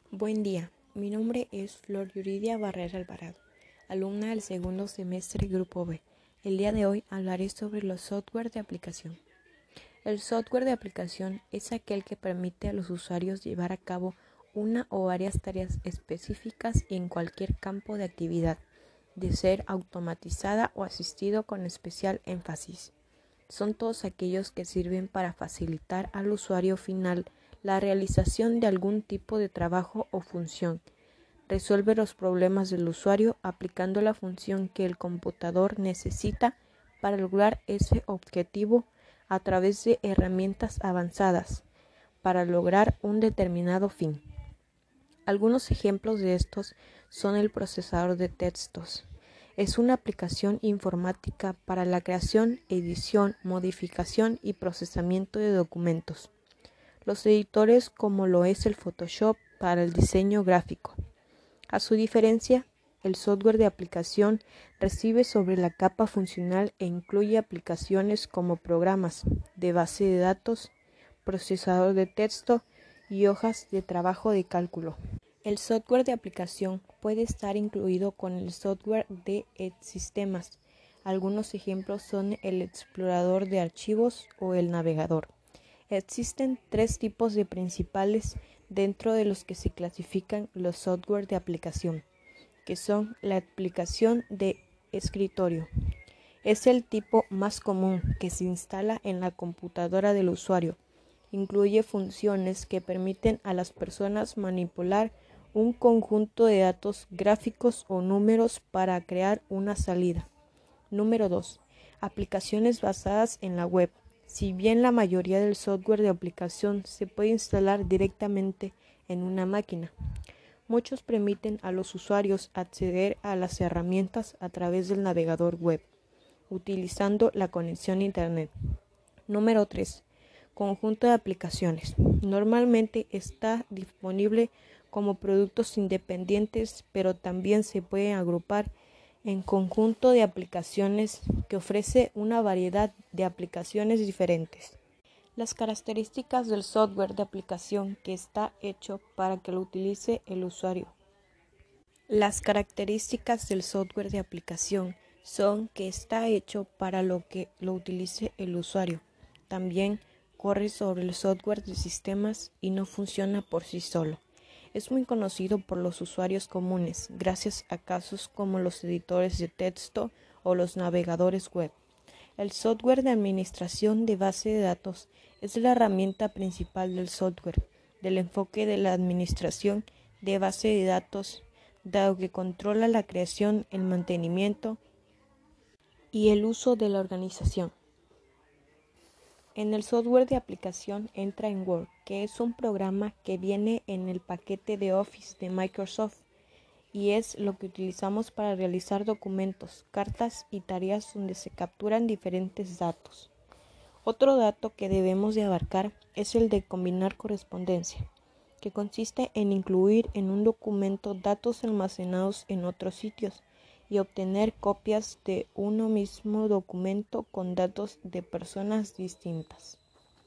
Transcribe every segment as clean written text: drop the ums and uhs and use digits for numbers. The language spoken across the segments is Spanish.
Buen día, mi nombre es Flor Yuridia Barrera Alvarado, alumna del segundo semestre Grupo B. El día de hoy hablaré sobre los software de aplicación. El software de aplicación es aquel que permite a los usuarios llevar a cabo una o varias tareas específicas en cualquier campo de actividad, de ser automatizada o asistido con especial énfasis. Son todos aquellos que sirven para facilitar al usuario final la realización de algún tipo de trabajo o función. Resuelve los problemas del usuario aplicando la función que el computador necesita para lograr ese objetivo a través de herramientas avanzadas para lograr un determinado fin. Algunos ejemplos de estos son el procesador de textos. Es una aplicación informática para la creación, edición, modificación y procesamiento de documentos. Los editores como lo es el Photoshop para el diseño gráfico. A su diferencia, el software de aplicación recibe sobre la capa funcional e incluye aplicaciones como programas de base de datos, procesador de texto y hojas de trabajo de cálculo. El software de aplicación puede estar incluido con el software de sistemas. Algunos ejemplos son el explorador de archivos o el navegador. Existen tres tipos de principales dentro de los que se clasifican los software de aplicación, que son la aplicación de escritorio. Es el tipo más común que se instala en la computadora del usuario. Incluye funciones que permiten a las personas manipular un conjunto de datos gráficos o números para crear una salida. Número 2. Aplicaciones basadas en la web. Si bien la mayoría del software de aplicación se puede instalar directamente en una máquina, muchos permiten a los usuarios acceder a las herramientas a través del navegador web, utilizando la conexión a Internet. Número 3. Conjunto de aplicaciones. Normalmente está disponible como productos independientes, pero también se pueden agrupar en conjunto de aplicaciones que ofrece una variedad de aplicaciones diferentes. Las características del software de aplicación que está hecho para que lo utilice el usuario. Las características del software de aplicación son que está hecho para que lo utilice el usuario. También corre sobre el software de sistemas y no funciona por sí solo. Es muy conocido por los usuarios comunes, gracias a casos como los editores de texto o los navegadores web. El software de administración de base de datos es la herramienta principal del software, del enfoque de la administración de base de datos, dado que controla la creación, el mantenimiento y el uso de la organización. En el software de aplicación entra en Word, que es un programa que viene en el paquete de Office de Microsoft y es lo que utilizamos para realizar documentos, cartas y tareas donde se capturan diferentes datos. Otro dato que debemos de abarcar es el de combinar correspondencia, que consiste en incluir en un documento datos almacenados en otros sitios y obtener copias de uno mismo documento con datos de personas distintas.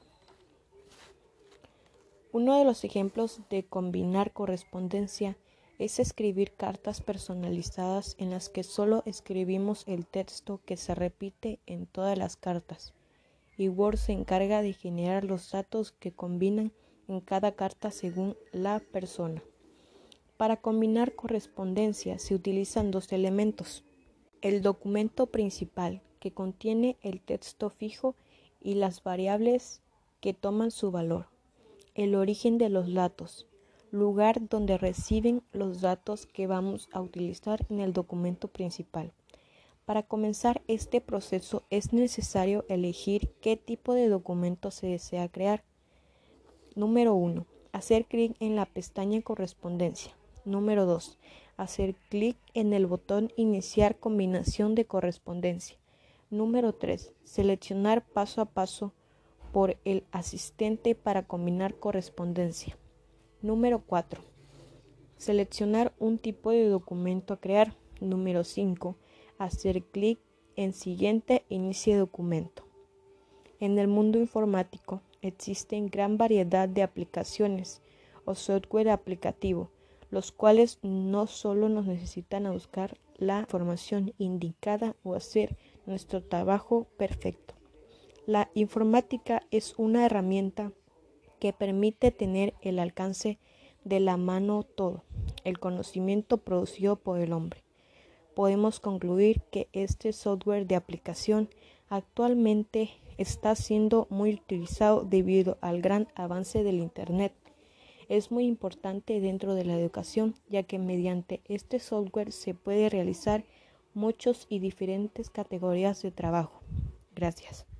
Uno de los ejemplos de combinar correspondencia es escribir cartas personalizadas en las que solo escribimos el texto que se repite en todas las cartas, y Word se encarga de generar los datos que combinan en cada carta según la persona. Para combinar correspondencia se utilizan dos elementos: el documento principal, que contiene el texto fijo y las variables que toman su valor; el origen de los datos, lugar donde reciben los datos que vamos a utilizar en el documento principal. Para comenzar este proceso es necesario elegir qué tipo de documento se desea crear. Número 1. Hacer clic en la pestaña Correspondencia. Número 2. Hacer clic en el botón Iniciar combinación de correspondencia. Número 3. Seleccionar paso a paso por el asistente para combinar correspondencia. Número 4. Seleccionar un tipo de documento a crear. Número 5. Hacer clic en Siguiente, inicie documento. En el mundo informático existen gran variedad de aplicaciones o software aplicativo, los cuales no solo nos necesitan a buscar la información indicada o hacer nuestro trabajo perfecto. La informática es una herramienta que permite tener el alcance de la mano todo el conocimiento producido por el hombre. Podemos concluir que este software de aplicación actualmente está siendo muy utilizado debido al gran avance del Internet. Es muy importante dentro de la educación, ya que mediante este software se puede realizar muchos y diferentes categorías de trabajo. Gracias.